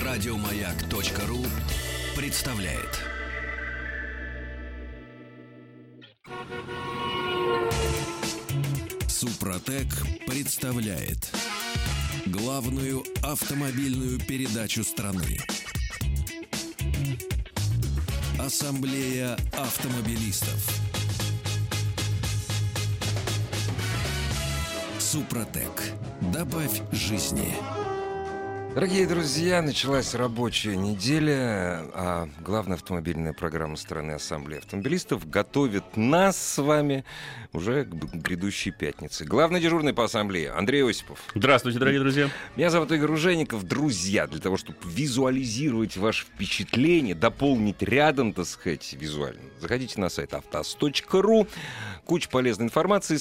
Радиомаяк.ру представляет. Супротек представляет главную автомобильную передачу страны. Ассамблея автомобилистов. Супротек. Добавь жизни. Дорогие друзья, началась рабочая неделя, а главная автомобильная программа страны Ассамблея автомобилистов готовит нас с вами уже к грядущей пятнице. Главный дежурный по Ассамблее Андрей Осипов. Здравствуйте, дорогие друзья. Меня зовут Игорь Ужеников. Друзья, для того, чтобы визуализировать ваши впечатления, дополнить рядом, так сказать, визуально, заходите на сайт автоаз.ру. Куча полезной информации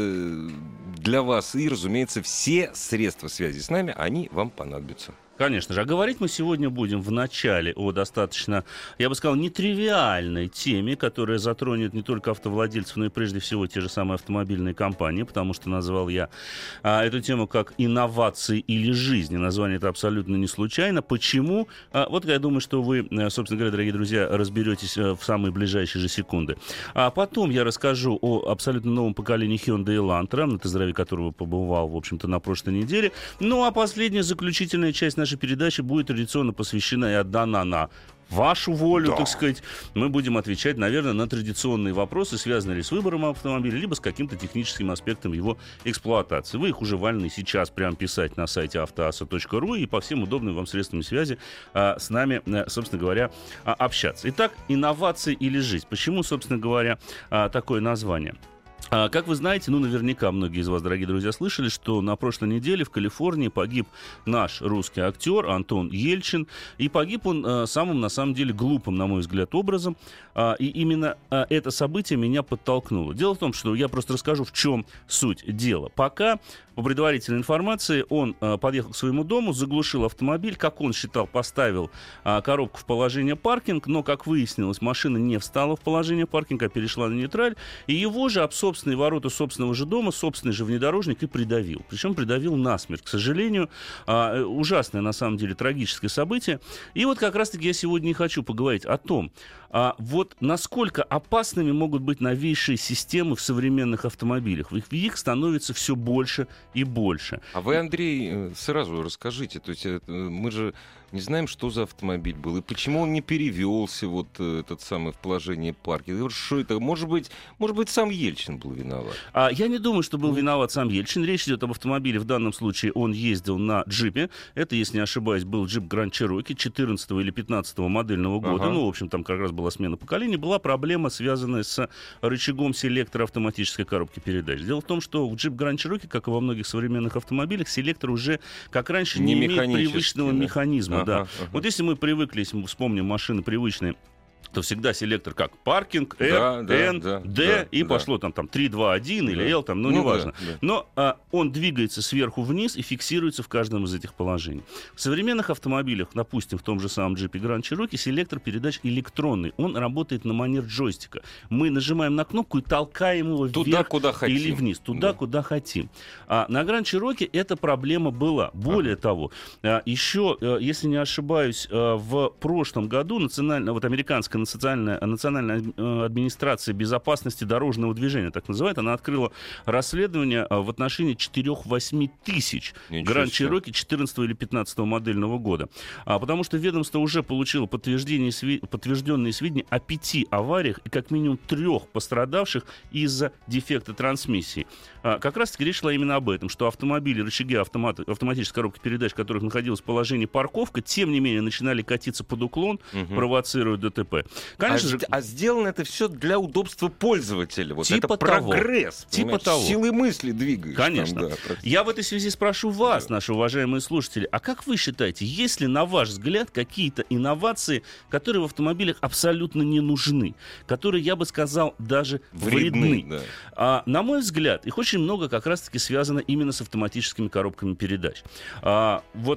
для вас. И, разумеется, все средства связи с нами, они вам понадобятся. Конечно же. А говорить мы сегодня будем в начале о достаточно, я бы сказал, нетривиальной теме, которая затронет не только автовладельцев, но и прежде всего те же самые автомобильные компании, потому что назвал я эту тему как «инновации или жизнь». И название это абсолютно не случайно. Почему? Вот я думаю, что вы, собственно говоря, дорогие друзья, разберетесь в самые ближайшие же секунды. А потом я расскажу о абсолютно новом поколении Hyundai Elantra, на тест-драйве которого побывал, в общем-то, на прошлой неделе. Ну, а последняя, заключительная часть нашей передача будет традиционно посвящена и отдана на вашу волю, так сказать. Мы будем отвечать, наверное, на традиционные вопросы, связанные ли с выбором автомобиля, либо с каким-то техническим аспектом его эксплуатации. Вы их уже вольны сейчас прямо писать на сайте автоаса.ру и по всем удобным вам средствам связи с нами, собственно говоря, общаться. Итак, инновации или жизнь. Почему, собственно говоря, такое название? Как вы знаете, наверняка многие из вас, дорогие друзья, слышали, что на прошлой неделе в Калифорнии погиб наш русский актер Антон Ельчин. И погиб он самым, на самом деле, глупым, на мой взгляд, образом. И именно это событие меня подтолкнуло. Дело в том, что я просто расскажу, в чем суть дела. Пока, по предварительной информации, он подъехал к своему дому, заглушил автомобиль, как он считал, поставил коробку в положение паркинг, но, как выяснилось, машина не встала в положение паркинга, а перешла на нейтраль, и его же об собственные ворота собственного же дома, собственный же внедорожник и придавил. Причем придавил насмерть. К сожалению, ужасное, на самом деле, трагическое событие. И вот как раз-таки я сегодня и хочу поговорить о том, вот насколько опасными могут быть новейшие системы в современных автомобилях. Их становится все больше и больше. А вы, Андрей, сразу расскажите. То есть мы же не знаем, что за автомобиль был и почему он не перевелся, вот этот самый, в положение паркинга. Что это? Может быть, сам Ельчин был виноват? Я не думаю, что был виноват сам Ельчин. Речь идет об автомобиле. В данном случае он ездил на джипе. Это, если не ошибаюсь, был джип Grand Cherokee 14 или 15 модельного года. Ага. Ну, в общем, там как раз была смена поколений. Была проблема, связанная с рычагом селектора автоматической коробки передач. Дело в том, что в джип Grand Cherokee, как и во многих современных автомобилях, селектор уже, как раньше, не имеет привычного механизма. Да. Вот если мы привыкли, если мы вспомним машины привычные, то всегда селектор как паркинг, R, N, D, и пошло там 3, 2, 1 или L, там, неважно. Но он двигается сверху вниз и фиксируется в каждом из этих положений. В современных автомобилях, допустим, в том же самом джипе Grand Cherokee, селектор передач электронный. Он работает на манер джойстика. Мы нажимаем на кнопку и толкаем его туда, вверх куда хотим. Или вниз, туда, куда хотим. На Grand Cherokee эта проблема была. Более того, еще, если не ошибаюсь, в прошлом году американская национальная администрация безопасности дорожного движения, так называют, она открыла расследование в отношении 4-8 тысяч Grand Cherokee 14 или 15 модельного года. Потому что ведомство уже получило подтвержденные сведения о 5 авариях и как минимум 3 пострадавших из-за дефекта трансмиссии. Как раз-таки речь шла именно об этом, что автомобили, рычаги автоматической коробки передач, в которых находилось положение парковка, тем не менее начинали катиться под уклон, провоцируя ДТП. Конечно же, сделано это все для удобства пользователя. Вот типа это прогресс. Типа того. Силой мысли двигаешь. Конечно. Я в этой связи спрошу вас, наши уважаемые слушатели, а как вы считаете, есть ли, на ваш взгляд, какие-то инновации, которые в автомобилях абсолютно не нужны, которые, я бы сказал, даже вредны? Да. На мой взгляд, их очень много как раз-таки связано именно с автоматическими коробками передач. Вот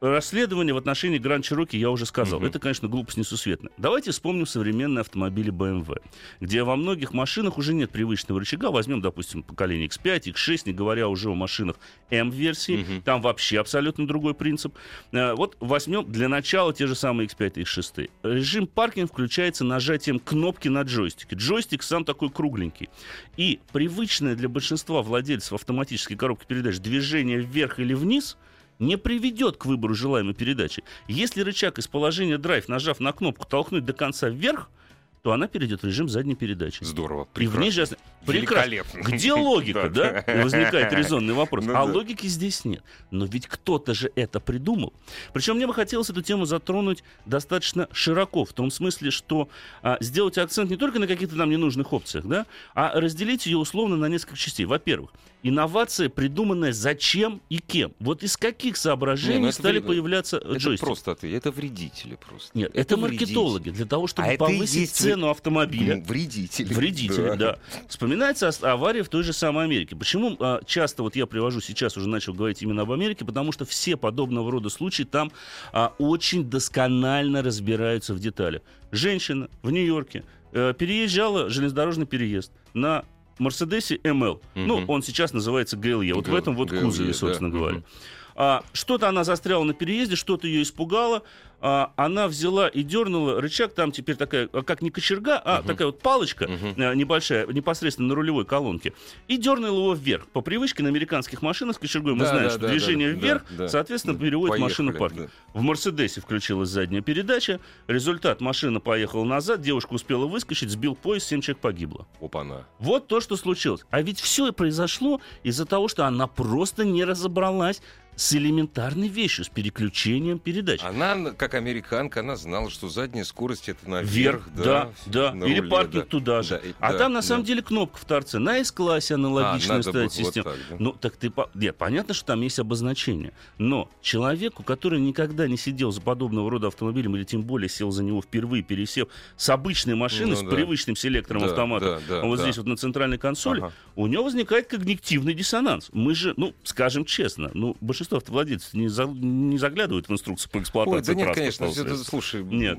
расследование в отношении Grand Cherokee я уже сказал. Это, конечно, глупость несусветная. Давайте вспомним современные автомобили BMW, где во многих машинах уже нет привычного рычага. Возьмем, допустим, поколение X5, X6, не говоря уже о машинах M-версии. Там вообще абсолютно другой принцип. Вот возьмем для начала те же самые X5 и X6. Режим паркинг включается нажатием кнопки на джойстике. Джойстик сам такой кругленький. И привычное для большинства владельцев автоматической коробки передач движение вверх или вниз не приведет к выбору желаемой передачи. Если рычаг из положения драйв, нажав на кнопку, толкнуть до конца вверх, то она перейдет в режим задней передачи. Здорово. И в ней же... Великолепно. Где логика, да? Возникает резонный вопрос. Логики здесь нет. Но ведь кто-то же это придумал. Причем мне бы хотелось эту тему затронуть достаточно широко, в том смысле, что сделать акцент не только на каких-то там ненужных опциях, да, а разделить ее условно на несколько частей. Во-первых, инновация, придуманная зачем и кем. Вот из каких соображений стали появляться джойстики? Это просто это вредители просто. Нет, это маркетологи. Для того, чтобы повысить цену автомобиля. Вредители. Вредители, да. Вспоминается авария в той же самой Америке. Почему часто вот я привожу, сейчас уже начал говорить именно об Америке, потому что все подобного рода случаи там очень досконально разбираются в деталях. Женщина в Нью-Йорке переезжала железнодорожный переезд на Мерседесе ML. Ну, он сейчас называется GLE. Вот в этом вот кузове, собственно говоря. Что-то она застряла на переезде, что-то ее испугало. Она взяла и дернула рычаг, там теперь такая, как не кочерга, а такая вот палочка небольшая, непосредственно на рулевой колонке, и дернула его вверх. По привычке на американских машинах с кочергой мы знаем, что движение вверх, соответственно, переводит машину в паркинг. В Мерседесе включилась задняя передача, результат: машина поехала назад, девушка успела выскочить, сбил поезд, 7 человек погибло. Опа-на. Вот то, что случилось. А ведь все произошло из-за того, что она просто не разобралась с элементарной вещью, с переключением передач. Она, как американка, она знала, что задняя скорость — это наверх, да. Или руле, паркинг туда же. Там, на самом деле, кнопка в торце. На S-классе аналогичная стоит система. Вот так, да? Ну, так Нет, понятно, что там есть обозначение. Но человеку, который никогда не сидел за подобного рода автомобилем, или тем более сел за него впервые, пересев с обычной машины, с привычным селектором автомата, здесь вот на центральной консоли, у него возникает когнитивный диссонанс. Мы же, скажем честно, большинство автовладельцев не заглядывают в инструкцию по эксплуатации конечно, слушай, нет.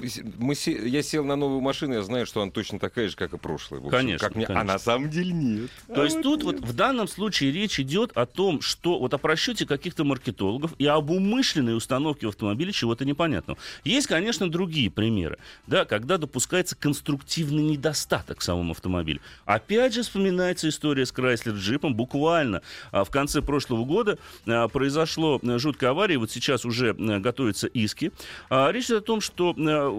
Я сел на новую машину, я знаю, что она точно такая же, как и прошлая. В общем, конечно, конечно. А на самом деле нет. То есть тут вот в данном случае речь идет о том, что вот о просчете каких-то маркетологов и об умышленной установке в автомобиле чего-то непонятного. Есть, конечно, другие примеры, да, когда допускается конструктивный недостаток в самом автомобиле. Опять же вспоминается история с Chrysler Jeep'ом. Буквально в конце прошлого года произошла жуткая авария, вот сейчас уже готовятся иски. Речь идет о том, что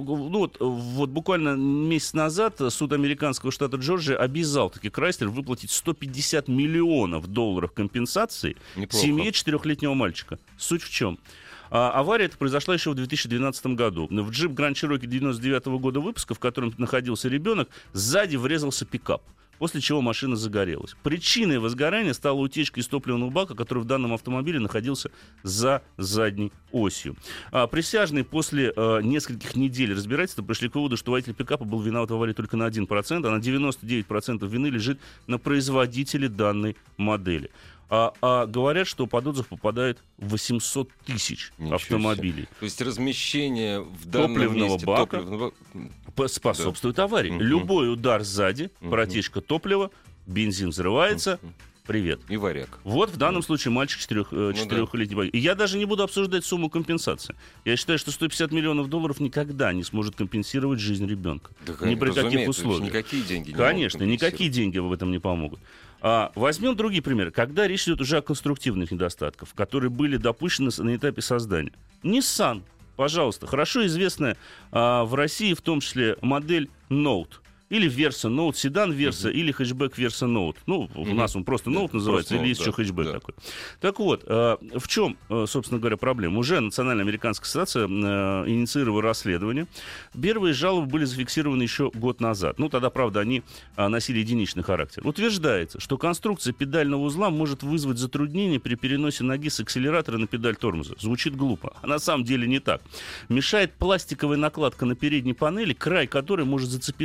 вот буквально месяц назад суд американского штата Джорджия обязал таки Chrysler выплатить $150 миллионов компенсации семье 4-летнего мальчика. Суть в чем? Авария эта произошла еще в 2012 году. В джип Grand Cherokee 99 года выпуска, в котором находился ребенок, сзади врезался пикап, после чего машина загорелась. Причиной возгорания стала утечка из топливного бака, который в данном автомобиле находился за задней осью. Присяжные после нескольких недель разбирательства пришли к выводу, что водитель пикапа был виноват в аварии только на 1%, а на 99% вины лежит на производителе данной модели. Говорят, что под отзыв попадает 800 тысяч автомобилей. То есть размещение в данном месте топливного бака способствует аварии. Любой удар сзади, протечка топлива, бензин взрывается. Привет. И варяг. Вот в данном случае мальчик 4-летний. И я даже не буду обсуждать сумму компенсации. Я считаю, что $150 миллионов никогда не сможет компенсировать жизнь ребенка. Ни при каких условиях. Никакие деньги не Конечно, никакие деньги в этом не помогут. Возьмем другие примеры. Когда речь идет уже о конструктивных недостатках, которые были допущены на этапе создания. Nissan, пожалуйста, хорошо известная в России в том числе модель Note. Или Versa Note, седан-верса, или хэтчбэк-верса Note. У нас он просто Note называется, или есть еще хэтчбэк такой. Так вот, в чем, собственно говоря, проблема? Уже Национальная американская ассоциация инициировала расследование. Первые жалобы были зафиксированы еще год назад. Тогда, правда, они носили единичный характер. Утверждается, что конструкция педального узла может вызвать затруднения при переносе ноги с акселератора на педаль тормоза. Звучит глупо. А на самом деле не так. Мешает пластиковая накладка на передней панели, край которой может зацепиться за обувь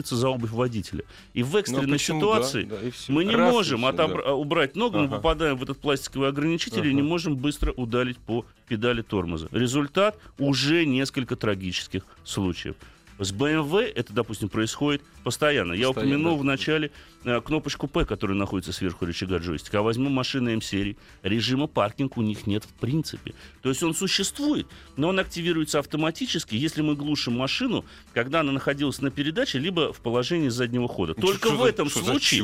обувь водителя. И в экстренной ситуации и всё. мы не Раз, можем и всё, убрать ногу, мы попадаем в этот пластиковый ограничитель и не можем быстро ударить по педали тормоза. Результат — уже несколько трагических случаев. С BMW это, допустим, происходит постоянно. Я упомянул в начале кнопочку P, которая находится сверху рычага джойстика. А возьмем машины М-серии. Режима паркинг у них нет в принципе. То есть он существует, но он активируется автоматически, если мы глушим машину, когда она находилась на передаче, либо в положении заднего хода. Только в этом случае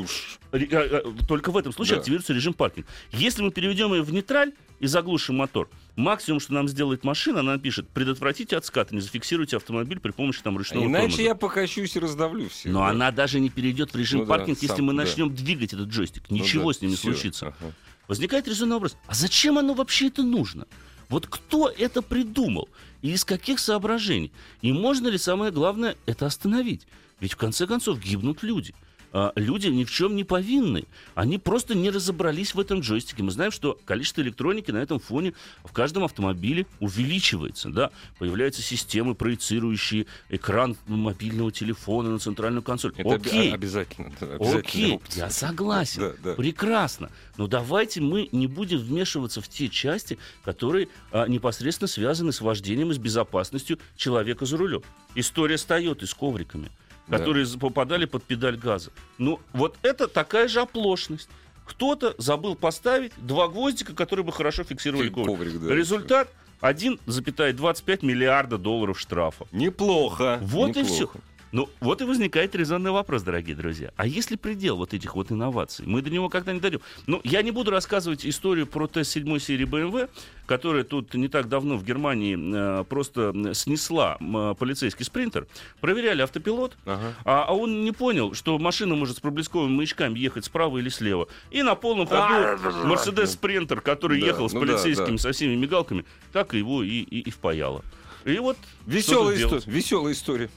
активируется режим паркинг. Если мы переведем ее в нейтраль и заглушим мотор, максимум, что нам сделает машина, она напишет: предотвратите откат, не зафиксируйте автомобиль при помощи ручного тормоза. Иначе я покачусь и раздавлю все. Но она даже не перейдет в режим паркинг, если мы начнем двигать этот джойстик. Ничего с ним не случится. Возникает резонный вопрос: а зачем оно вообще это нужно? Вот кто это придумал? И из каких соображений? И можно ли, самое главное, это остановить? Ведь в конце концов гибнут люди. Люди ни в чем не повинны. Они просто не разобрались в этом джойстике. Мы знаем, что количество электроники на этом фоне в каждом автомобиле увеличивается. Да? Появляются системы, проецирующие экран мобильного телефона на центральную консоль. Это Окей. Обязательно. Окей, я согласен. Да. Прекрасно. Но давайте мы не будем вмешиваться в те части, которые непосредственно связаны с вождением и с безопасностью человека за рулем. История с Тойотой, с ковриками, которые попадали под педаль газа. Ну, вот это такая же оплошность. Кто-то забыл поставить 2 гвоздика, которые бы хорошо фиксировали коврик. Результат — 1,25 миллиарда долларов штрафа. Неплохо. Вот и все. Ну, вот и возникает резонный вопрос, дорогие друзья. А есть ли предел вот этих вот инноваций? Мы до него когда не дойдем. Ну, я не буду рассказывать историю про тест 7 серии BMW, которая тут не так давно в Германии просто снесла полицейский спринтер. Проверяли автопилот, а он не понял, что машина может с проблесковыми маячками ехать справа или слева. И на полном ходу Мерседес Спринтер, который ехал с полицейскими со всеми мигалками, так его и впаяло. И вот веселая история.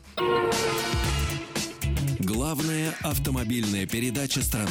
Главная автомобильная передача страны.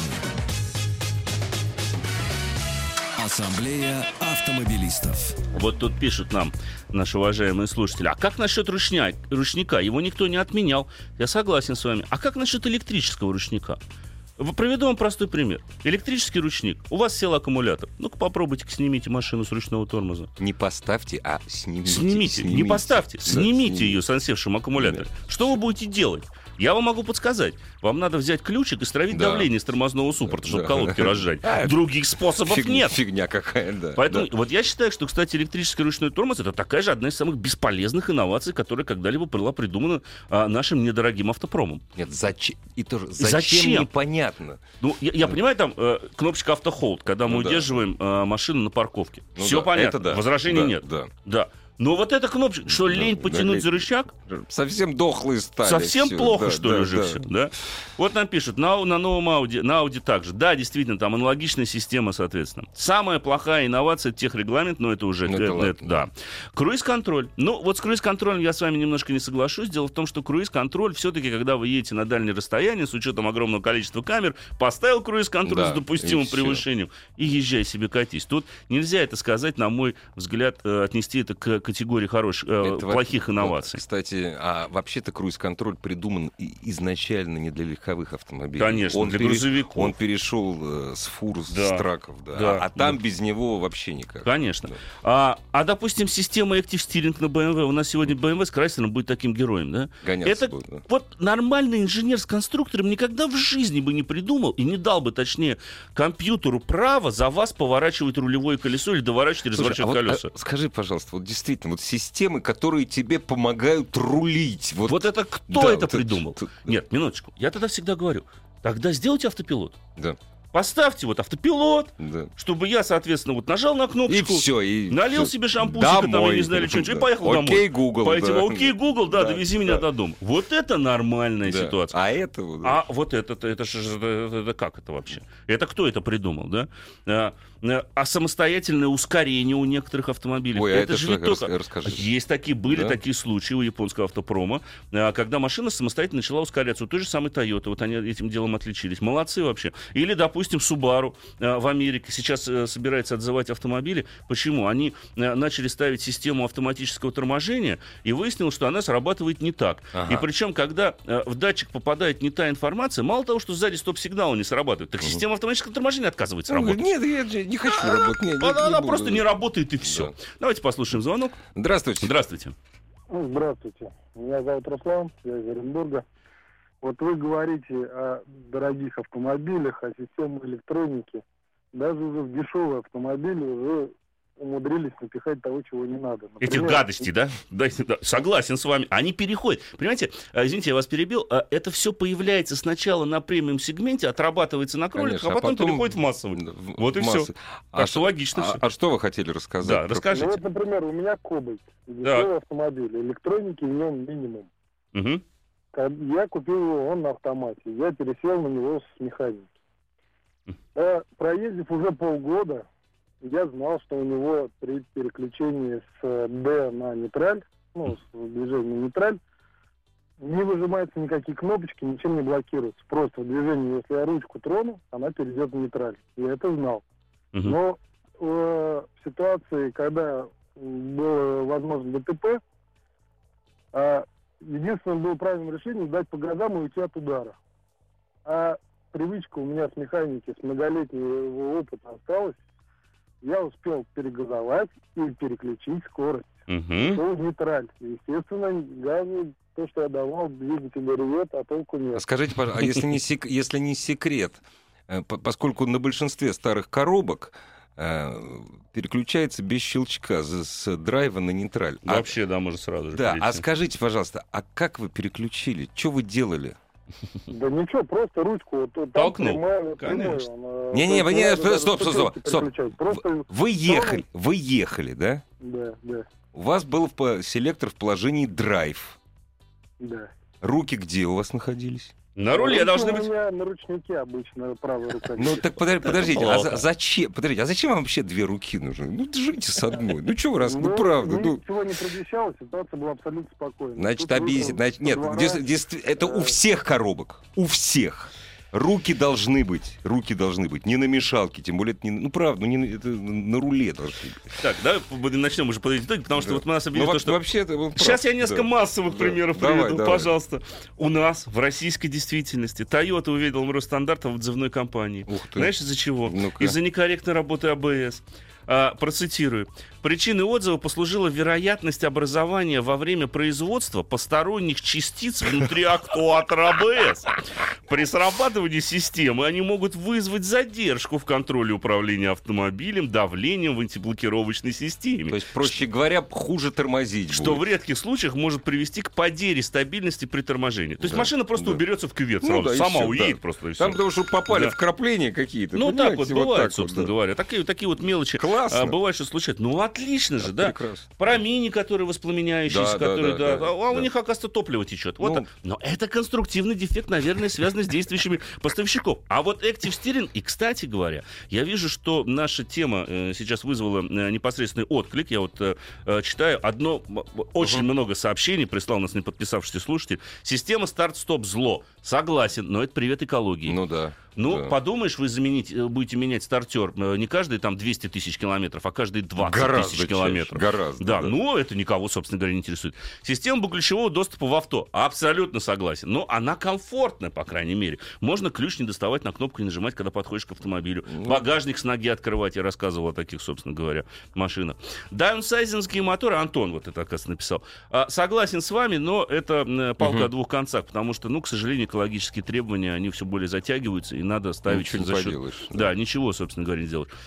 Ассамблея автомобилистов. Вот тут пишут нам наши уважаемые слушатели: а как насчет ручника? Его никто не отменял. Я согласен с вами. А как насчет электрического ручника? Приведу вам простой пример. Электрический ручник. У вас сел аккумулятор. Ну-ка попробуйте, снимите машину с ручного тормоза. Не поставьте, а снимите. Снимите. Не поставьте. Снимите ее с севшим аккумулятором. Что вы будете делать? Я вам могу подсказать. Вам надо взять ключик и стравить давление с тормозного суппорта, чтобы колодки разжать. Других способов нет. Фигня какая, да. Поэтому вот я считаю, что, кстати, электрический ручной тормоз — это такая же одна из самых бесполезных инноваций, которая когда-либо была придумана нашим недорогим автопромом. Нет, зачем? И тоже зачем? Непонятно. Ну, я понимаю, там кнопочка автохолд, когда мы удерживаем машину на парковке. Все понятно. Возражений нет. Да. Но вот эта кнопочка, что лень потянуть за рычаг? Совсем дохлые стали. Совсем плохо, что ли, уже все, да? Вот нам пишут, на новом Audi, на Audi также. Да, действительно, там аналогичная система, соответственно. Самая плохая инновация — техрегламент, но это уже... да. Круиз-контроль. Ну, вот с круиз-контролем я с вами немножко не соглашусь. Дело в том, что круиз-контроль все-таки, когда вы едете на дальнее расстояние, с учетом огромного количества камер, поставил круиз-контроль с допустимым превышением и езжай себе катись. Тут нельзя это сказать, на мой взгляд, отнести это к категории плохих инноваций. Кстати, а вообще-то круиз-контроль придуман изначально не для легковых автомобилей. Конечно, для грузовиков. Он перешел с фур, с траков, а там без него вообще никак. Конечно. Да. Допустим, система Active Steering на BMW. У нас сегодня BMW с Chrysler будет таким героем, да? Гоняться будет, да. Вот нормальный инженер с конструктором никогда в жизни бы не придумал и не дал бы, точнее, компьютеру право за вас поворачивать рулевое колесо или доворачивать и разворачивать колеса. Скажи, пожалуйста, вот действительно, вот системы, которые тебе помогают рулить. Вот это кто это придумал? Нет, минуточку. Я тогда всегда говорю, тогда сделайте автопилот. Да. Поставьте вот автопилот, чтобы я, соответственно, вот нажал на кнопочку, налил себе шампусика, там, я не знаю, или что-нибудь, и поехал домой. Окей, Google. Окей, Google, довези меня до дома. Вот это нормальная ситуация. А это вот... А вот это как это вообще? Это кто это придумал, да? А самостоятельное ускорение у некоторых автомобилей. Ой, это же расскажи. Есть были такие случаи у японского автопрома, когда машина самостоятельно начала ускоряться. У той же самой Toyota, вот они этим делом отличились. Молодцы вообще. Или, допустим, допустим, Subaru в Америке сейчас собирается отзывать автомобили. Почему? Они начали ставить систему автоматического торможения, и выяснилось, что она срабатывает не так. И причем, когда в датчик попадает не та информация, мало того, что сзади стоп-сигналы не срабатывают, так система автоматического торможения отказывается работать. Нет, я не хочу работать. Она просто не работает, и все. Да. Давайте послушаем звонок. Здравствуйте. Здравствуйте. Здравствуйте. Меня зовут Руслан, я из Оренбурга. Вот вы говорите о дорогих автомобилях, о системе электроники. Даже уже в дешевые автомобили уже умудрились напихать того, чего не надо. Например, этих гадостей, да? Да? Согласен с вами. Они переходят. Понимаете, извините, я вас перебил. Это все появляется сначала на премиум-сегменте, отрабатывается на кроликах, а потом переходит в массовый. Вот и все. Так что логично все. А что вы хотели рассказать? Да, расскажите. Ну вот, например, у меня Кобальт. Дешевый автомобиль. Электроники в нем минимум. Угу. Я купил его, он на автомате. Я пересел на него с механики. Проездив уже полгода, я знал, что у него при переключении с D на нейтраль, с движения нейтраль, не выжимаются никакие кнопочки, ничем не блокируются. Просто в движении, если я ручку трону, она перейдет в нейтраль. Я это знал. Но в ситуации, когда было возможно ДТП, единственное было правильным решением дать по газам и уйти от удара. А привычка у меня с механики, с многолетнего опыта осталась. Я успел перегазовать и переключить скорость. Шел в нейтраль. Естественно, газу, то, что я давал, двигатель ревет, а толку нет. Скажите, пожалуйста, если не секрет, поскольку на большинстве старых коробок переключается без щелчка с драйва на нейтраль. Вообще, да, может сразу же. Да, перейти. а скажите, пожалуйста, а как вы переключили? Что вы делали? Да ничего, просто ручку вот толкнул. Конечно. Стоп. Вы ехали, да? Да. У вас был селектор в положении драйв. Да. Руки где у вас находились? На руле должны быть. У меня на ручнике обычно правая рука. Ну так подождите, зачем вам вообще две руки нужны? Ну держите с одной. Ну что вы раз, ну правда. Ничего не предвещалось, ситуация была абсолютно спокойна. Значит, нет, это у всех коробок. У всех. Руки должны быть, не на мешалке, тем более, это на руле должны быть. Так, давай начнем уже подводить итоги, потому что вот мы нас объявили то, что... Вообще это был прав. Сейчас я несколько массовых примеров приведу, пожалуйста. У нас в российской действительности Toyota увидела Росстандарта в отзывной кампании. Знаешь, из-за чего? Из-за некорректной работы АБС. Процитирую. Причиной отзыва послужила вероятность образования во время производства посторонних частиц внутри актуатора АБС. При срабатывании системы они могут вызвать задержку в контроле управления автомобилем, давлением в антиблокировочной системе. То есть, проще говоря, хуже тормозить что будет. В редких случаях может привести к потере стабильности при торможении. То есть машина просто уберется в кювет сразу, сама уедет просто. И там потому что попали в крапления какие-то. Ну так вот бывает, собственно говоря. Такие вот мелочи. Классно. Бывает, что случается. Ну отлично же, да? Прекрасно. Про мини, которые воспламеняющиеся, у них, оказывается, топливо течет. Но это конструктивный дефект, наверное, связанный с действующими поставщиков. А вот Active Steering, и, кстати говоря, я вижу, что наша тема сейчас вызвала непосредственный отклик. Я вот читаю очень много сообщений, прислал нас не подписавшийся слушатель. Система старт-стоп зло. Согласен, но это привет экологии. Ну да. Подумаешь, вы будете менять стартер не каждые 200 тысяч километров, а каждые 20 тысяч километров. Гораздо. Да, это никого, собственно говоря, не интересует. Система двухключевого доступа в авто. Абсолютно согласен. Но она комфортная, по крайней мере. Можно ключ не доставать, на кнопку не нажимать, когда подходишь к автомобилю. Багажник с ноги открывать. Я рассказывал о таких, собственно говоря, машинах. Даунсайзинские моторы. Антон вот это, оказывается, написал. Согласен с вами, но это палка о двух концах, потому что, к сожалению, экологические требования, они все более затягиваются, и надо ставить за счет... Да, ничего, собственно говоря, не делать.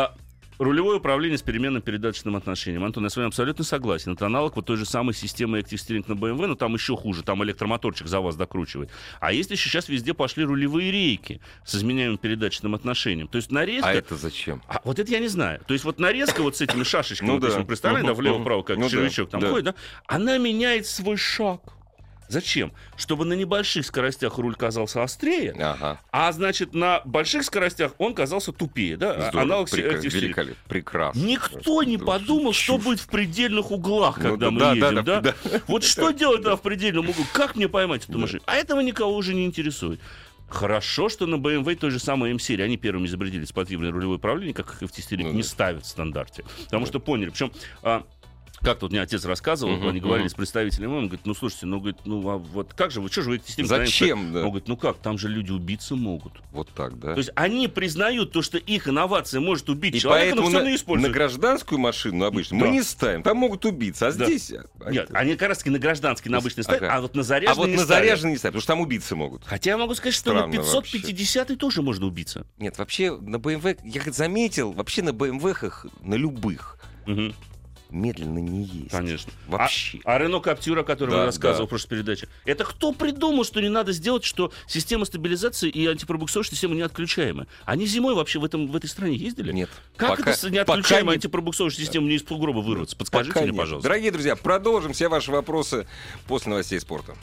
Рулевое управление с переменным передаточным отношением. Антон, я с вами абсолютно согласен. Это аналог вот той же самой системы Active Steering на BMW, но там еще хуже. Там электромоторчик за вас докручивает. А есть еще сейчас везде пошли рулевые рейки с изменяемым передаточным отношением. То есть нарезка... А это зачем? Вот это я не знаю. То есть вот нарезка вот с этими шашечками, если вы представляете, влево-вправо, как червячок там ходит, она меняет свой шаг. Зачем? Чтобы на небольших скоростях руль казался острее, а значит на больших скоростях он казался тупее. Да? Аналог великолепно. Прекрасно. Никто не подумал, что будет в предельных углах, когда мы едем. Да? Вот что делать в предельном углу? Как мне поймать эту машину? А этого никого уже не интересует. Хорошо, что на BMW той же самой M-серии, они первыми изобретили спортивное рулевое управление, как их и в тестере, не ставят в стандарте. Потому что поняли. Причем... Как тут мне отец рассказывал, они говорили с представителем, он говорит, ну, слушайте, а вот как же вы, что же вы тестируете? Зачем? Да. Он говорит, ну как, там же люди убиться могут. Вот так, да. То есть они признают то, что их инновация может убить человека, но все равно используют. На гражданскую машину обычно мы не ставим, там могут убиться, а здесь... Нет, они как раз таки на гражданский, на обычный ставят, а вот на заряженный не ставят. заряженный не ставят, потому что там убиться могут. Хотя я могу сказать, что на 550-й тоже можно убиться. Нет, вообще на BMW, я заметил, вообще на BMW-хах, на любых... медленно не есть. Конечно. Вообще. А Renault Captur, о котором я рассказывал в прошлой передаче, это кто придумал, что не надо сделать, что система стабилизации и антипробуксовочная система не отключаемая? Они зимой вообще в этой стране ездили? Нет. Как это не отключаемая антипробуксовочная система не из сугроба вырваться? Подскажите мне, пожалуйста. Дорогие друзья, продолжим все ваши вопросы после новостей спорта.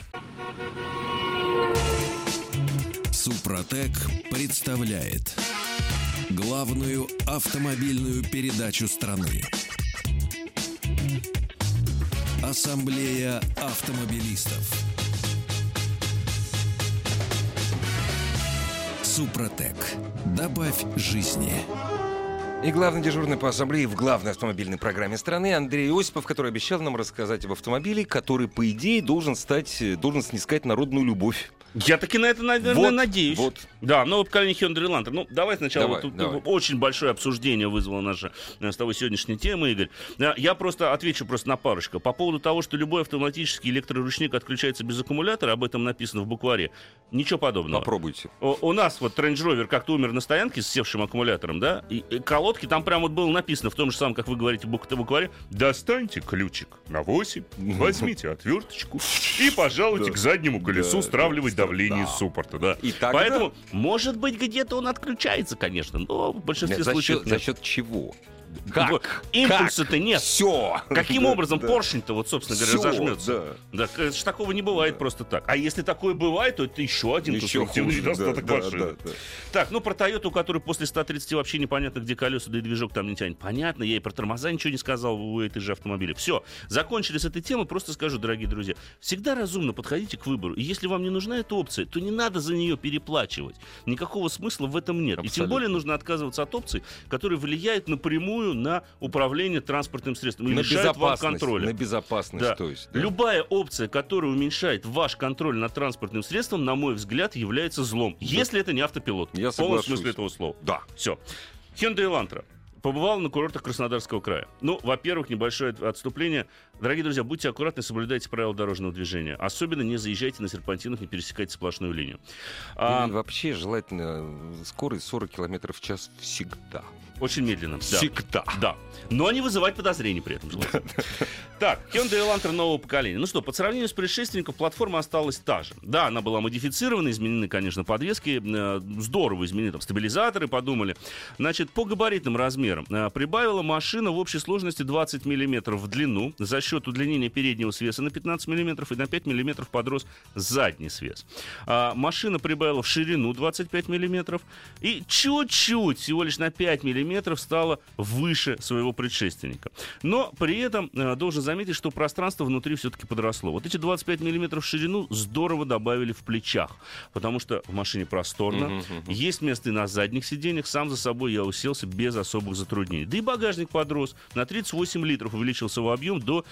Супротек представляет главную автомобильную передачу страны. Ассамблея автомобилистов. Супротек. Добавь жизни. И главный дежурный по ассамблее в главной автомобильной программе страны Андрей Осипов, который обещал нам рассказать об автомобиле, который, по идее, должен снискать народную любовь. Я таки на это надеюсь. Вот. Да, новое поколение Hyundai Elantra. Ну, давай сначала. Давай. Очень большое обсуждение вызвало наша с тобой сегодняшняя тема, Игорь. Я просто отвечу на парочку. По поводу того, что любой автоматический электроручник отключается без аккумулятора, об этом написано в букваре. Ничего подобного. Попробуйте. У нас вот Range Rover как-то умер на стоянке с севшим аккумулятором, да, и колодки, там прямо вот было написано в том же самом, как вы говорите в букваре, достаньте ключик на 8, возьмите отверточку и пожалуйте к заднему колесу стравливать давление суппорта, да. Поэтому, может быть, где-то он отключается, конечно, но в большинстве случаев нет. За счет чего? Как? Импульса-то нет. Все. Каким образом поршень-то, вот, собственно говоря, разожмется? Да, такого не бывает просто так. А если такое бывает, то это еще один конструктивный недостаток машины. Так, про Toyota, у которой после 130 вообще непонятно, где колеса, да и движок там не тянет. Понятно, я и про тормоза ничего не сказал у этой же автомобиля. Все, закончили с этой темой, просто скажу, дорогие друзья, всегда разумно подходите к выбору. И если вам не нужна эта опция, то не надо за нее переплачивать. Никакого смысла в этом нет. Абсолютно. И тем более нужно отказываться от опций, которые влияют напрямую на управление транспортным средством и мешают вам контролю. На безопасность, да. То есть. Да. Любая опция, которая уменьшает ваш контроль над транспортным средством, на мой взгляд, является злом. Да. Если это не автопилот. Я в полном смысле этого слова. Да. Все. Hyundai Elantra побывал на курортах Краснодарского края. Во-первых, небольшое отступление. Дорогие друзья, будьте аккуратны, соблюдайте правила дорожного движения. Особенно не заезжайте на серпантинах, не пересекайте сплошную линию. И вообще желательно скорость 40 км в час всегда. Очень медленно. Всегда. Да. Но не вызывать подозрений при этом. Так, Hyundai Elantra нового поколения. Ну что, по сравнению с предшественником, платформа осталась та же. Да, она была модифицирована, изменены, конечно, подвески. Здорово изменены там стабилизаторы, подумали. Значит, по габаритным размерам. Прибавила машина в общей сложности 20 мм в длину за счет удлинения переднего свеса на 15 мм и на 5 мм подрос задний свес. Машина прибавила в ширину 25 мм и чуть-чуть, всего лишь на 5 мм стала выше своего предшественника. Но при этом должен заметить, что пространство внутри все-таки подросло. Вот эти 25 мм в ширину здорово добавили в плечах, потому что в машине просторно, есть место и на задних сиденьях, сам за собой я уселся без особых затруднений. Да и багажник подрос, на 38 литров увеличился его объем до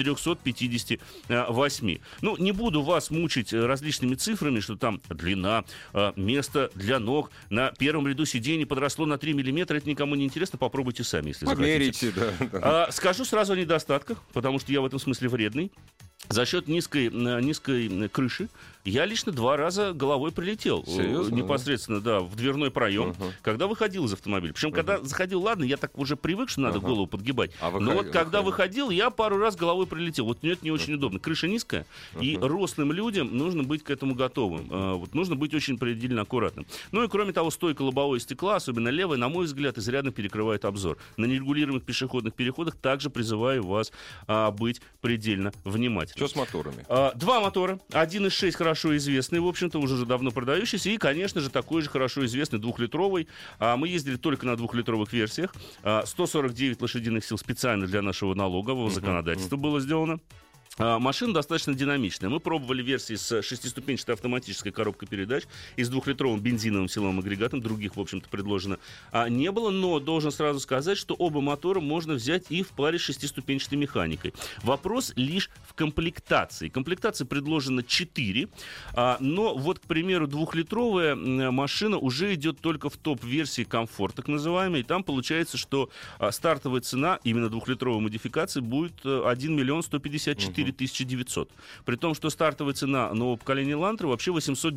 458. Не буду вас мучить различными цифрами, что там длина, место для ног, на первом ряду сидений подросло на 3 мм, это никому не интересно, попробуйте сами, если захотите. Да. Скажу сразу о недостатках, потому что я в этом смысле вредный. За счет низкой крыши я лично 2 раза головой прилетел. Серьезно? Непосредственно, да, в дверной проем, когда выходил из автомобиля. Причем, когда заходил, ладно, я так уже привык, что надо голову подгибать. Но вот когда выходил, я пару раз головой прилетел. Вот это не очень удобно. Крыша низкая, и рослым людям нужно быть к этому готовым. Нужно быть очень предельно аккуратным. И кроме того, стойка лобового стекла, особенно левая, на мой взгляд, изрядно перекрывает обзор. На нерегулируемых пешеходных переходах также призываю вас быть предельно внимательным. Что с моторами? 2 мотора. 1.6 хорошо известный, в общем-то, уже давно продающийся. И, конечно же, такой же хорошо известный 2-литровый. Мы ездили только на 2-литровых версиях. 149 лошадиных сил специально для нашего налогового законодательства было сделано. Машина достаточно динамичная. Мы пробовали версии с 6-ступенчатой автоматической коробкой передач и с 2-литровым бензиновым силовым агрегатом. Других, в общем-то, предложено не было. Но должен сразу сказать, что оба мотора можно взять и в паре с 6-ступенчатой механикой. Вопрос лишь в комплектации. Комплектации предложено 4. Но вот, к примеру, 2-литровая машина уже идет только в топ-версии комфорт, так называемый. И там получается, что стартовая цена именно 2-литровой модификации будет 1 миллион 154 900. При том, что стартовая цена нового поколения Elantra вообще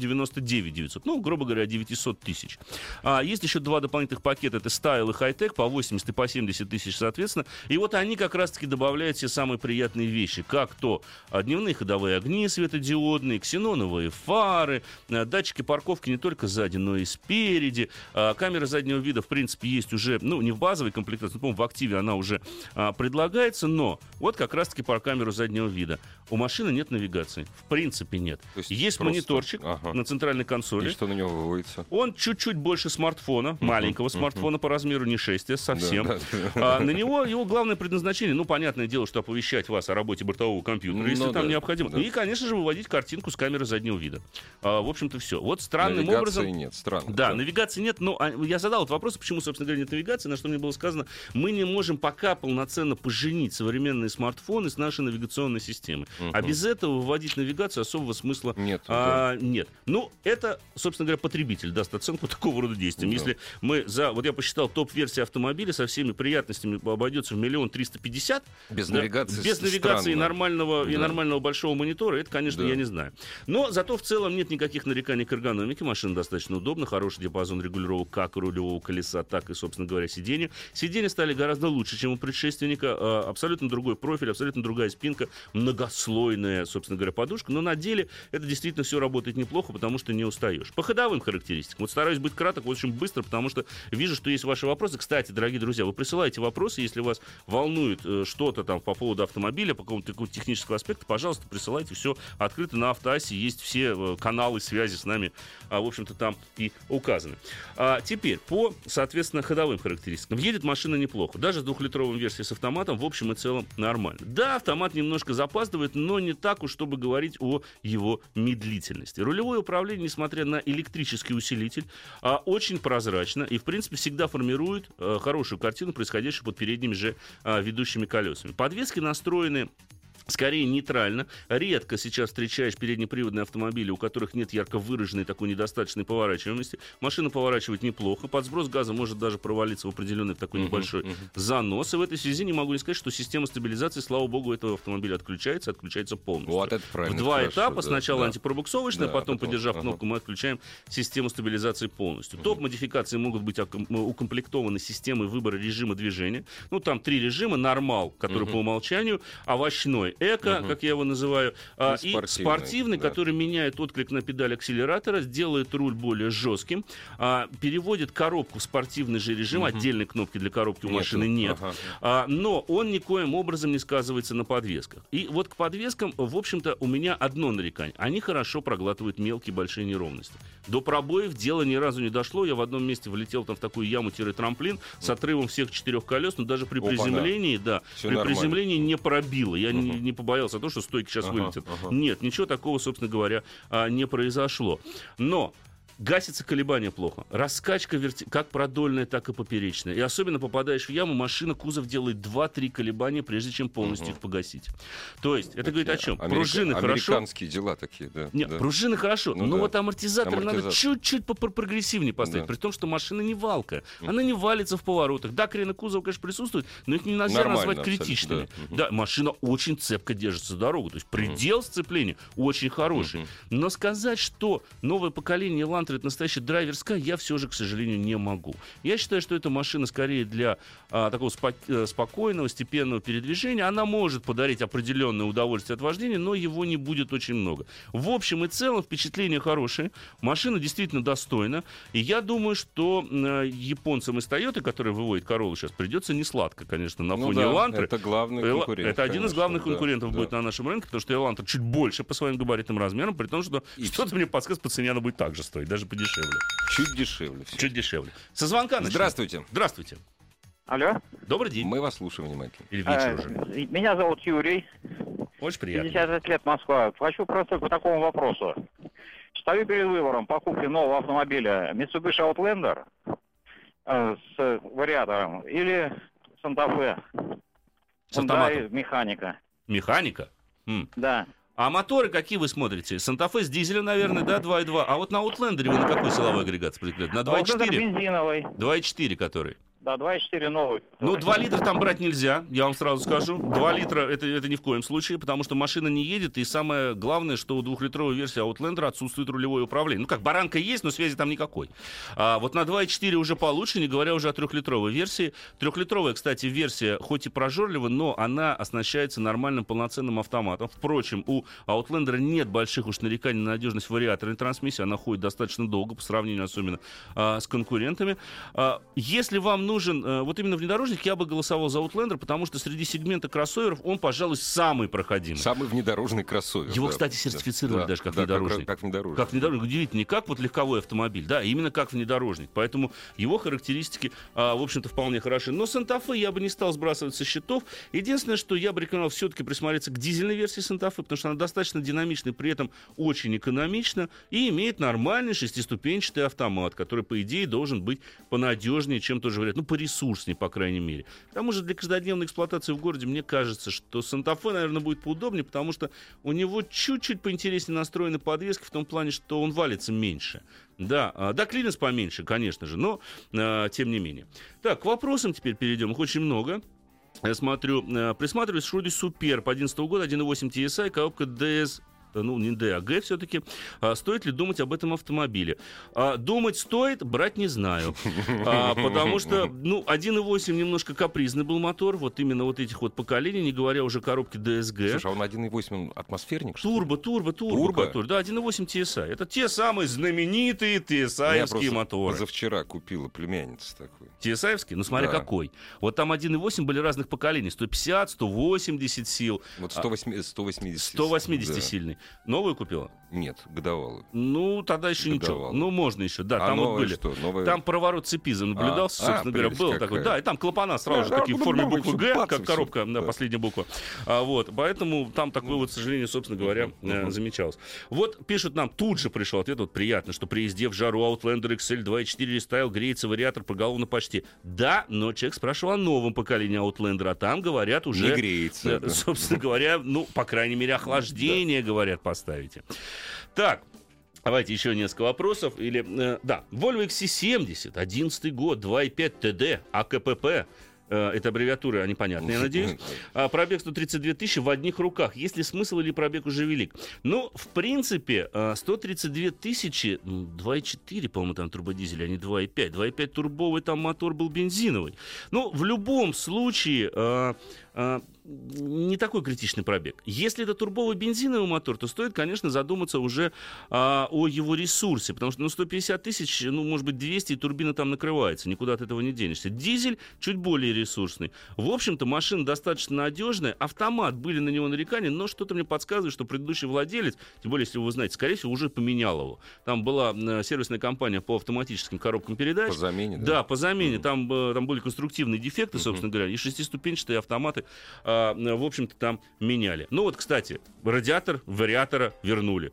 899 900. Ну, грубо говоря, 900 тысяч. Есть еще 2 дополнительных пакета. Это Style и High-Tech по 80 и по 70 тысяч, соответственно. И вот они как раз-таки добавляют все самые приятные вещи. Как то дневные ходовые огни светодиодные, ксеноновые фары, датчики парковки не только сзади, но и спереди. Камера заднего вида, в принципе, есть уже, ну, не в базовой комплектации, но, по-моему, в активе она уже предлагается. Но вот как раз-таки про камеру заднего вида. У машины нет навигации. В принципе, нет. Есть просто мониторчик на центральной консоли. И что на него выводится? Он чуть-чуть больше смартфона, маленького смартфона по размеру, не 6S совсем. На него его главное предназначение, ну, понятное дело, что оповещать вас о работе бортового компьютера, если там необходимо. И, конечно же, выводить картинку с камеры заднего вида. В общем-то, все. Вот странным образом... Навигации нет, странно. Да, навигации нет, но я задал этот вопрос, почему, собственно говоря, нет навигации, на что мне было сказано, мы не можем пока полноценно поженить современные смартфоны с нашей навигационной системой. А без этого вводить навигацию особого смысла нет. Нет. Ну, это, собственно говоря, потребитель даст оценку такого рода действиям. Если мы вот я посчитал, топ-версия автомобиля со всеми приятностями обойдется в 1 350 000. Без навигации. Без навигации и нормального большого монитора, это, конечно, я не знаю. Но зато в целом нет никаких нареканий к эргономике. Машина достаточно удобна, хороший диапазон регулировок как рулевого колеса, так и, собственно говоря, сиденья. Сиденья стали гораздо лучше, чем у предшественника. Абсолютно другой профиль, абсолютно другая спинка, многослойная, собственно говоря, подушка. Но на деле это действительно все работает неплохо, потому что не устаешь. По ходовым характеристикам. Вот стараюсь быть краток, очень быстро, потому что вижу, что есть ваши вопросы. Кстати, дорогие друзья, вы присылаете вопросы, если вас волнует что-то там по поводу автомобиля, по какому-то технического аспекта, пожалуйста, присылайте. Все открыто на Автоассе, есть все каналы связи с нами, в общем-то, там и указаны. Теперь, по, соответственно, ходовым характеристикам. Едет машина неплохо. Даже с 2-литровой версией с автоматом в общем и целом нормально. Да, автомат немножко запаздывает, но не так уж, чтобы говорить о его медлительности. Рулевое управление, несмотря на электрический усилитель, очень прозрачно и, в принципе, всегда формирует хорошую картину, происходящую под передними же ведущими колесами. Подвески настроены скорее нейтрально. Редко сейчас встречаешь переднеприводные автомобили, у которых нет ярко выраженной такой недостаточной поворачиваемости. Машина поворачивает неплохо. Под сброс газа может даже провалиться в определенный такой небольшой занос. И в этой связи не могу не сказать, что система стабилизации, слава богу, этого автомобиля отключается полностью. Вот это правильно. В два этапа. Сначала антипробуксовочная, потом, подержав кнопку, мы отключаем систему стабилизации полностью. Топ-модификации могут быть укомплектованы системой выбора режима движения. Ну, там 3 режима. Нормал, который по умолчанию, овощной, эко, как я его называю, и спортивный, который меняет отклик на педаль акселератора, делает руль более жестким, переводит коробку в спортивный же режим, отдельной кнопки для коробки у машины нет, но он никоим образом не сказывается на подвесках. И вот к подвескам, в общем-то, у меня одно нарекание. Они хорошо проглатывают мелкие большие неровности. До пробоев дело ни разу не дошло. Я в одном месте влетел там в такую яму-трамплин с отрывом всех 4 колес, но даже при приземлении, приземлении не пробило. Я не побоялся того, что стойки сейчас вылетят. Нет, ничего такого, собственно говоря, не произошло. Но гасится колебание плохо. Раскачка как продольная, так и поперечная. И особенно попадаешь в яму, машина, кузов делает 2-3 колебания, прежде чем полностью их погасить. То есть, это говорит о чем? Пружины хорошо. Американские дела такие, да. Нет, пружины хорошо, но вот амортизатор надо чуть-чуть прогрессивнее поставить. При том, что машина не валкая. Она не валится в поворотах. Да, крены кузова, конечно, присутствуют, но их нельзя назвать критичными. Да, машина очень цепко держится за дорогу. То есть, предел сцепления очень хороший. Но сказать, что новое поколение Elantra это настоящая драйверская, я все же, к сожалению, не могу. Я считаю, что эта машина скорее для такого спокойного, степенного передвижения. Она может подарить определенное удовольствие от вождения, но его не будет очень много. В общем и целом впечатление хорошее. Машина действительно достойна. И я думаю, что японцам из Toyota, которые выводят Corolla сейчас, придется не сладко, конечно, на фоне Elantra. Это главный конкурент. Это один из главных конкурентов будет на нашем рынке, потому что Elantra чуть больше по своим габаритным размерам, при том, что что-то мне подсказывает, по цене она будет так же стоить, даже подешевле. Чуть дешевле. Чуть дешевле. Со звонка начнем. Здравствуйте. Здравствуйте. Алло. Добрый день. Мы вас слушаем внимательно. Или вечер уже. Меня зовут Юрий. Очень приятно. 56 лет, Москва. Хочу просто по такому вопросу. Стою перед выбором покупки нового автомобиля Mitsubishi Outlander с вариатором или Santa Fe. С автоматом. Hyundai механика. Механика? Да. А моторы какие вы смотрите? Санта-Фе с дизелем, наверное, да, 2.2. А вот на Outlander вы на какой силовой агрегат спределяете? На 2.4? Бензиновый. 2.4 который. Да, 2.4 новый. Ну, 2 литра там брать нельзя, я вам сразу скажу. 2 литра это ни в коем случае, потому что машина не едет, и самое главное, что у 2-литровой версии Outlander отсутствует рулевое управление. Ну как, баранка есть, но связи там никакой. А вот на 2.4 уже получше, не говоря уже о 3-литровой версии. 3-литровая, кстати, версия хоть и прожорлива, но она оснащается нормальным полноценным автоматом. Впрочем, у Outlander нет больших уж нареканий на надежность вариаторной трансмиссии, она ходит достаточно долго, по сравнению особенно с конкурентами. Если вам нужен вот именно внедорожник, я бы голосовал за Outlander, потому что среди сегмента кроссоверов он, пожалуй, самый проходимый. Самый внедорожный кроссовер. Его, кстати, сертифицировали даже как внедорожник. Как внедорожник. Как внедорожник. Удивительно, не как вот легковой автомобиль, да, именно как внедорожник. Поэтому его характеристики, в общем-то, вполне хороши. Но Санта-Фе я бы не стал сбрасывать со счетов. Единственное, что я бы рекомендовал все-таки присмотреться к дизельной версии Санта-Фе, потому что она достаточно динамична, при этом очень экономична и имеет нормальный шестиступенчатый автомат, который, по идее, должен быть понадежнее, чем тот же вариант. Ну, поресурснее, по крайней мере. К тому же для каждодневной эксплуатации в городе мне кажется, что Санта-Фе, наверное, будет поудобнее, потому что у него чуть-чуть поинтереснее настроены подвески в том плане, что он валится меньше. Да, клиренс поменьше, конечно же, но тем не менее. Так, к вопросам теперь перейдем. Их очень много. Я смотрю, присматриваюсь к Шкоде Суперб 2011 года, 1.8 TSI, коробка DS... Ну, не D, а G все-таки. Стоит ли думать об этом автомобиле? Думать стоит, брать не знаю. Потому что, 1.8 немножко капризный был мотор. Вот именно вот этих вот поколений, не говоря уже о коробке DSG. Слушай, а он 1.8, он атмосферник? Турбо. Да, 1.8 TSI. Это те самые знаменитые TSI-евские моторы. Позавчера купила племянница такой. TSI-евский? Ну, смотри, какой. Вот там 1.8 были разных поколений. 150, 180 сил. Вот 180. 180 сильный. Новую купила? Нет, годовалую. Ну, тогда еще ничего. Ну, можно еще. Да, там вот были. Что, новая... Там проворот цепи наблюдался, собственно говоря, был такой. Да, и там клапана сразу же такие в форме буквы Г, как коробка, последняя буква. Вот, поэтому там такое вот, к сожалению, собственно говоря, замечалось. Вот пишут нам, тут же пришел ответ, вот приятно, что при езде в жару Outlander XL 2.4 рестайл греется вариатор поголовно почти. Да, но человек спрашивал о новом поколении Outlander, а там, говорят, уже... Не греется. Собственно говоря, по крайней мере, охлаждение, говорят, поставите. Так, давайте еще несколько вопросов. Volvo XC70, 11 год, 2.5 TD, АКПП. Это аббревиатуры, они понятны, я надеюсь. Пробег 132 тысячи в одних руках. Есть ли смысл или пробег уже велик? Ну, в принципе, 132 тысячи, 2.4, по-моему, там турбодизель, а не 2.5. 2.5 турбовый, там мотор был бензиновый. Ну, в любом случае... не такой критичный пробег. Если это турбовый бензиновый мотор, то стоит, конечно, задуматься уже о его ресурсе, потому что 150 тысяч, может быть, 200, и турбина там накрывается, никуда от этого не денешься. Дизель чуть более ресурсный. В общем-то, машина достаточно надежная, автомат, были на него нарекания, но что-то мне подсказывает, что предыдущий владелец, тем более, если вы знаете, скорее всего, уже поменял его. Там была сервисная компания по автоматическим коробкам передач. По замене, да? Да, по замене. Там были конструктивные дефекты, собственно говоря, и шестиступенчатые автоматы в общем-то, там меняли. Ну вот, кстати, радиатор вариатора вернули.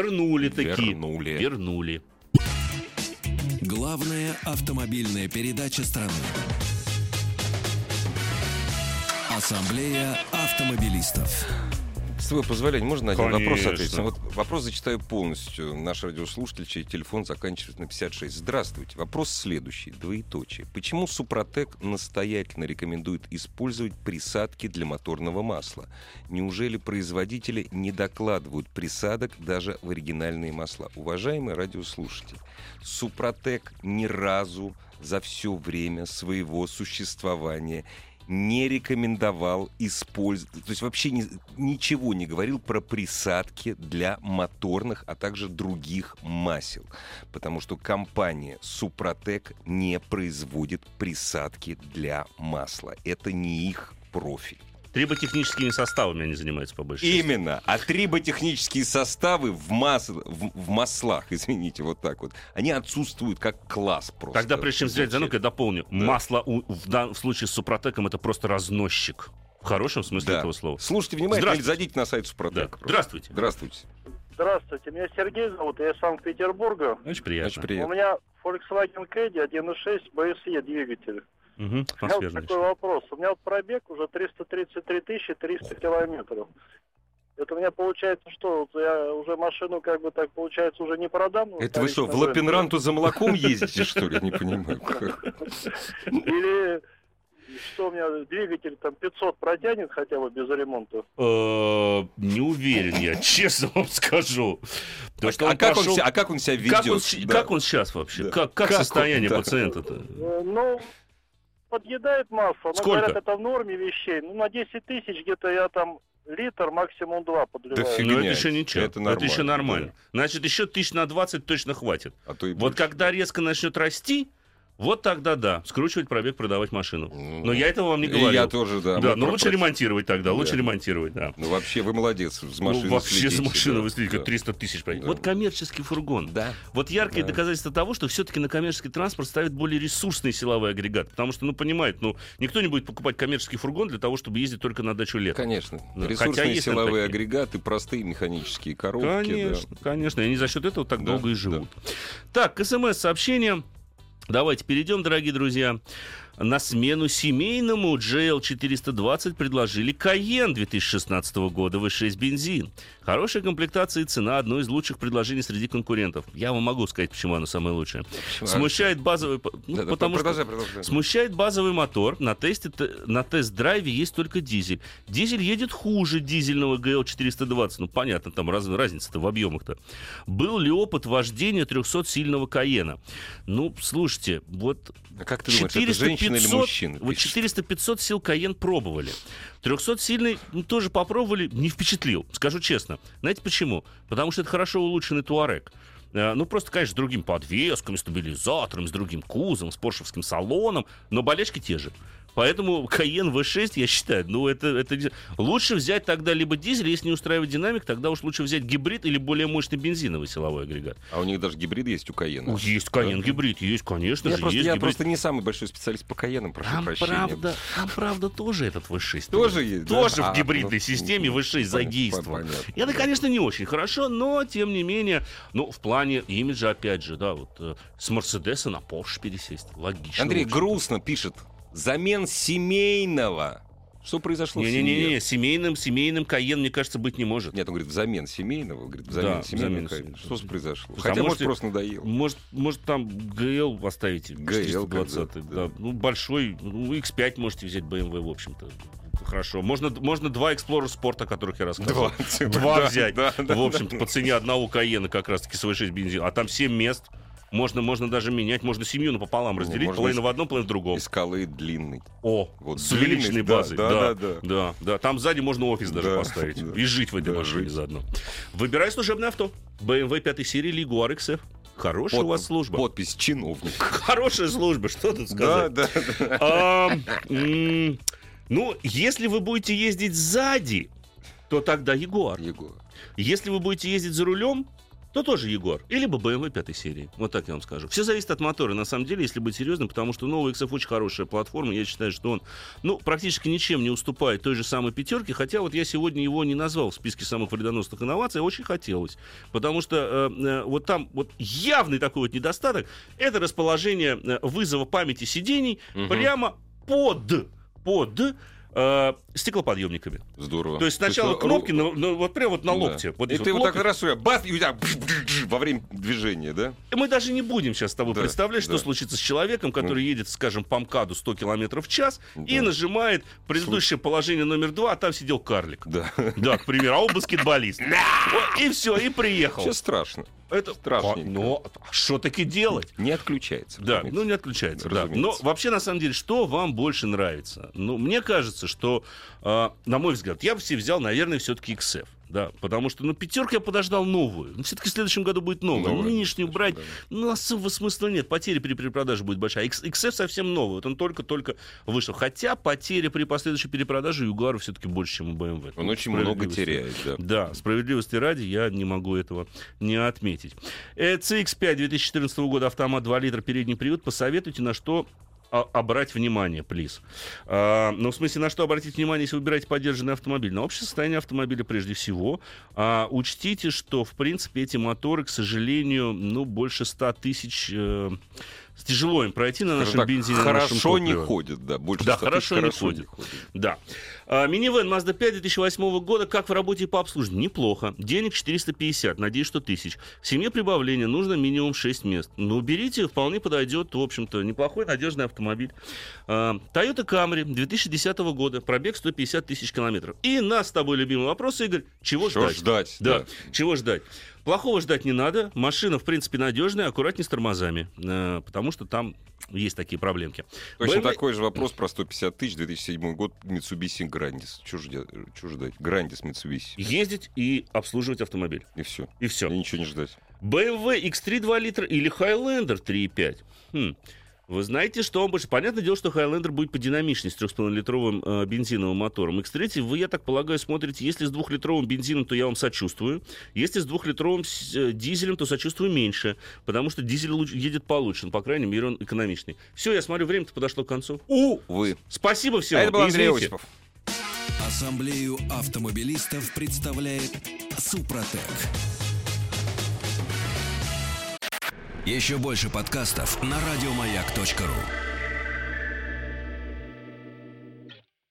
Вернули. Главная автомобильная передача страны. Ассамблея автомобилистов. С твоего позволения, можно на один вопрос ответить? Вот вопрос зачитаю полностью. Наш радиослушатель, чей телефон заканчивается на 56. Здравствуйте. Вопрос следующий, двоеточие. Почему Супротек настоятельно рекомендует использовать присадки для моторного масла? Неужели производители не докладывают присадок даже в оригинальные масла? Уважаемый радиослушатель, Супротек ни разу за все время своего существования не рекомендовал использовать, то есть вообще ничего не говорил про присадки для моторных, а также других масел, потому что компания Супротек не производит присадки для масла. Это не их профиль. Триботехническими составами они занимаются по большей части. Именно. А триботехнические составы в маслах, извините, вот так вот, они отсутствуют как класс просто. Тогда, прежде чем взять звонок, я дополню. Масло в случае с Супротеком это просто разносчик. В хорошем смысле Да. этого слова. Слушайте внимательно или Здравствуйте. зайдите на сайт Да. Супротек. Здравствуйте. Здравствуйте. Здравствуйте, меня Сергей зовут, я из Санкт-Петербурга. Очень приятно. Очень У приятно. меня Volkswagen Caddy 1.6 BSE двигатель. Угу. У меня вот такой вопрос. У меня вот пробег уже 333 300 километров. Это у меня получается, что вот я уже машину, как бы так получается, уже не продам. Ну, Это вы что, в вторичный рынок. Лапинранту за молоком ездите, что ли? Я не понимаю. Или что у меня двигатель там 500 протянет хотя бы без ремонта? Не уверен я, честно вам скажу. Потому что А он как прошел- он себя ведет? Как он сейчас вообще? Да. Как Как он, состояние да. пациента-то? Ну, подъедает масло. Но Сколько? говорят, это в норме вещей. Ну, на 10 тысяч где-то я там литр, максимум 2 подливаю. Да фиг. Ну, это Фигня. еще ничего. Это Это еще нормально, нормально. Значит, еще 1020 точно хватит. А то и Вот больше. когда резко начнет расти, вот тогда да, скручивать пробег, продавать машину. Но я этого вам не И говорю. я тоже, да. Да, мы но про- лучше ремонтировать тогда, лучше Да. ремонтировать, да. Ну, вообще, вы молодец. С машины Ну, вообще следите, с машины да. вы следите, как Да. 300 тысяч пройдет. Да. Вот коммерческий фургон. Да. Вот яркое Да. доказательство того, что все-таки на коммерческий транспорт ставят более ресурсный силовой агрегат. Потому что, понимает, никто не будет покупать коммерческий фургон для того, чтобы ездить только на дачу летом. Конечно. Да. Хотя Ресурсные есть там силовые такие. агрегаты, простые механические коробки. Конечно, конечно. И они за счет этого так Да, долго и живут. Так, к СМС-сообщениям. Давайте перейдем, дорогие друзья. На смену семейному GL420 предложили Cayenne 2016 года, V6 бензин. Хорошая комплектация и цена — одно из лучших предложений среди конкурентов. Я вам могу сказать, почему оно самое лучшее. Смущает базовый... Да, да, потому что... продолжай. Смущает базовый мотор. На тест-драйве есть только дизель. Дизель едет хуже дизельного GL420. Ну, понятно, там разница-то в объемах-то. Был ли опыт вождения 300-сильного Каена? Ну, слушайте, вот... А как ты думаешь, это женщина или мужчина? Вот пишет? 400-500 сил Каен пробовали. 300-сильный тоже попробовали, не впечатлил, скажу честно. Знаете почему? Потому что это хорошо улучшенный Туарек. Просто, конечно, с другими подвесками, стабилизатором, с другим кузовом, с поршевским салоном, но болельщики те же. Поэтому Cayenne V6, я считаю, это лучше взять тогда либо дизель, если не устраивает динамик, тогда уж лучше взять гибрид или более мощный бензиновый силовой агрегат. А у них даже гибрид есть у Каена. Есть Cayenne гибрид, есть, конечно же, есть Я гибрид. просто не самый большой специалист по Каенам, прошу прощения. Там правда тоже этот V6. Тоже есть, да? Тоже А, в гибридной ну, системе V6 задействован. понятно. И это, конечно, не очень хорошо, но, тем не менее, в плане имиджа, опять же, да, с Мерседеса на Porsche пересесть. Логично. Андрей в общем-то. грустно пишет. Замен семейного. Что произошло в семье? Не-не-не, семейным Cayenne, мне кажется, быть не может. Нет, он говорит, взамен семейного. Говорит, Да, взамен семейного. взамен Каена. семейного. Что произошло? А Хотя, может, можете- просто надоело. Может там GL поставите, GL 420, когда-то, да. Большой, X5 можете взять BMW, в общем-то. Хорошо. Можно 2 Explorer Sport, о которых я рассказывал. Два Да, взять. да, да, В общем-то, по цене одного Cayenne как раз-таки с V6 бензин. А там 7 мест. Можно даже менять, можно семью напополам разделить, можно половину в одном, половину в другом. И скалы длинный. О, Вот с длинный, увеличенной да, базой. Да. Там сзади можно офис даже Да, поставить. да. И жить в этой Да, машине жить. заодно. Выбирай служебное авто. BMW 5 серии Jaguar XF. Хорошая у вас служба. Подпись чиновник. Хорошая служба, что тут Да, сказать? да. Если вы будете ездить сзади, то тогда Jaguar. Егор. Если вы будете ездить за рулем, то тоже Jaguar. Или BMW 5 серии. Вот так я вам скажу. Все зависит от мотора, на самом деле, если быть серьезным, потому что новый XF очень хорошая платформа. Я считаю, что он, практически ничем не уступает той же самой пятерке, хотя вот я сегодня его не назвал в списке самых вредоносных инноваций, очень хотелось. Потому что вот там вот явный такой вот недостаток — это расположение вызова памяти сидений прямо под стеклоподъемниками. Здорово. То есть сначала кнопки вот прямо вот на Да. локте. Вот И здесь ты вот так локоть. раз бац, и у тебя во время движения, да? Мы даже не будем сейчас с тобой Да, представлять, что да. случится с человеком, который едет, скажем, по МКАДу 100 км в час и Да. нажимает предыдущее положение номер 2, а там сидел карлик. Да. Да, к примеру, а он баскетболист. Вот, и все, и приехал. Сейчас страшно. Это страшненько. Но что таки делать? Не отключается. Да, разумеется. не отключается. Да. Разумеется. Но вообще, на самом деле, что вам больше нравится? Мне кажется, что, на мой взгляд, я бы себе взял, наверное, все-таки XF. Да, потому что, пятерку я подождал новую. Все-таки в следующем году будет новая. Новая, Нынешнюю брать, да. особого смысла нет. Потеря при перепродаже будет большая. XF совсем новый. Вот он только-только вышел. Хотя потеря при последующей перепродаже у Jaguar все-таки больше, чем у BMW. Он очень много Справедливости. теряет, да. Да, справедливости ради, я не могу этого не отметить. CX-5 2014 года, автомат 2 литра, передний привод. Посоветуйте, на что обрать внимание, плиз. Ну, в смысле, на что обратить внимание, если выбираете подержанный автомобиль? На общее состояние автомобиля прежде всего. Учтите, что, в принципе, эти моторы, к сожалению, больше 100 тысяч... Тяжело им пройти на нашем бензине. Хорошо не ходят, да. Больше 100 тысяч хорошо не ходят. Да. Минивэн Mazda 5 2008 года. Как в работе и по обслуживанию? Неплохо. Денег 450, надеюсь, что 1000. В семье прибавление, нужно минимум 6 мест. Ну, берите, вполне подойдет, в общем-то, неплохой, надежный автомобиль. Toyota Camry 2010 года. Пробег 150 тысяч километров. И нас с тобой любимый вопрос, Игорь. Чего ждать? Да. Чего ждать? Плохого ждать не надо. Машина, в принципе, надежная, аккуратнее с тормозами. Потому что там есть такие проблемки. Точно такой же вопрос про 150 тысяч, 2007 год, Mitsubishi Grandis. Чего ждать? Grandis Mitsubishi. Ездить и обслуживать автомобиль. И все. И все. И ничего не ждать. BMW X3 2 литра или Highlander 3,5? Вы знаете, что он больше... Понятное дело, что Highlander будет подинамичнее с 3,5-литровым бензиновым мотором. X3 вы, я так полагаю, смотрите, если с 2-литровым бензином, то я вам сочувствую. Если с 2-литровым дизелем, то сочувствую меньше, потому что дизель едет получше, по крайней мере, он экономичный. Все, я смотрю, время-то подошло к концу. Увы. Спасибо всем. А это был Андрей Осипов. Ассамблею автомобилистов представляет Супротек. Еще больше подкастов на радиомаяк.ру.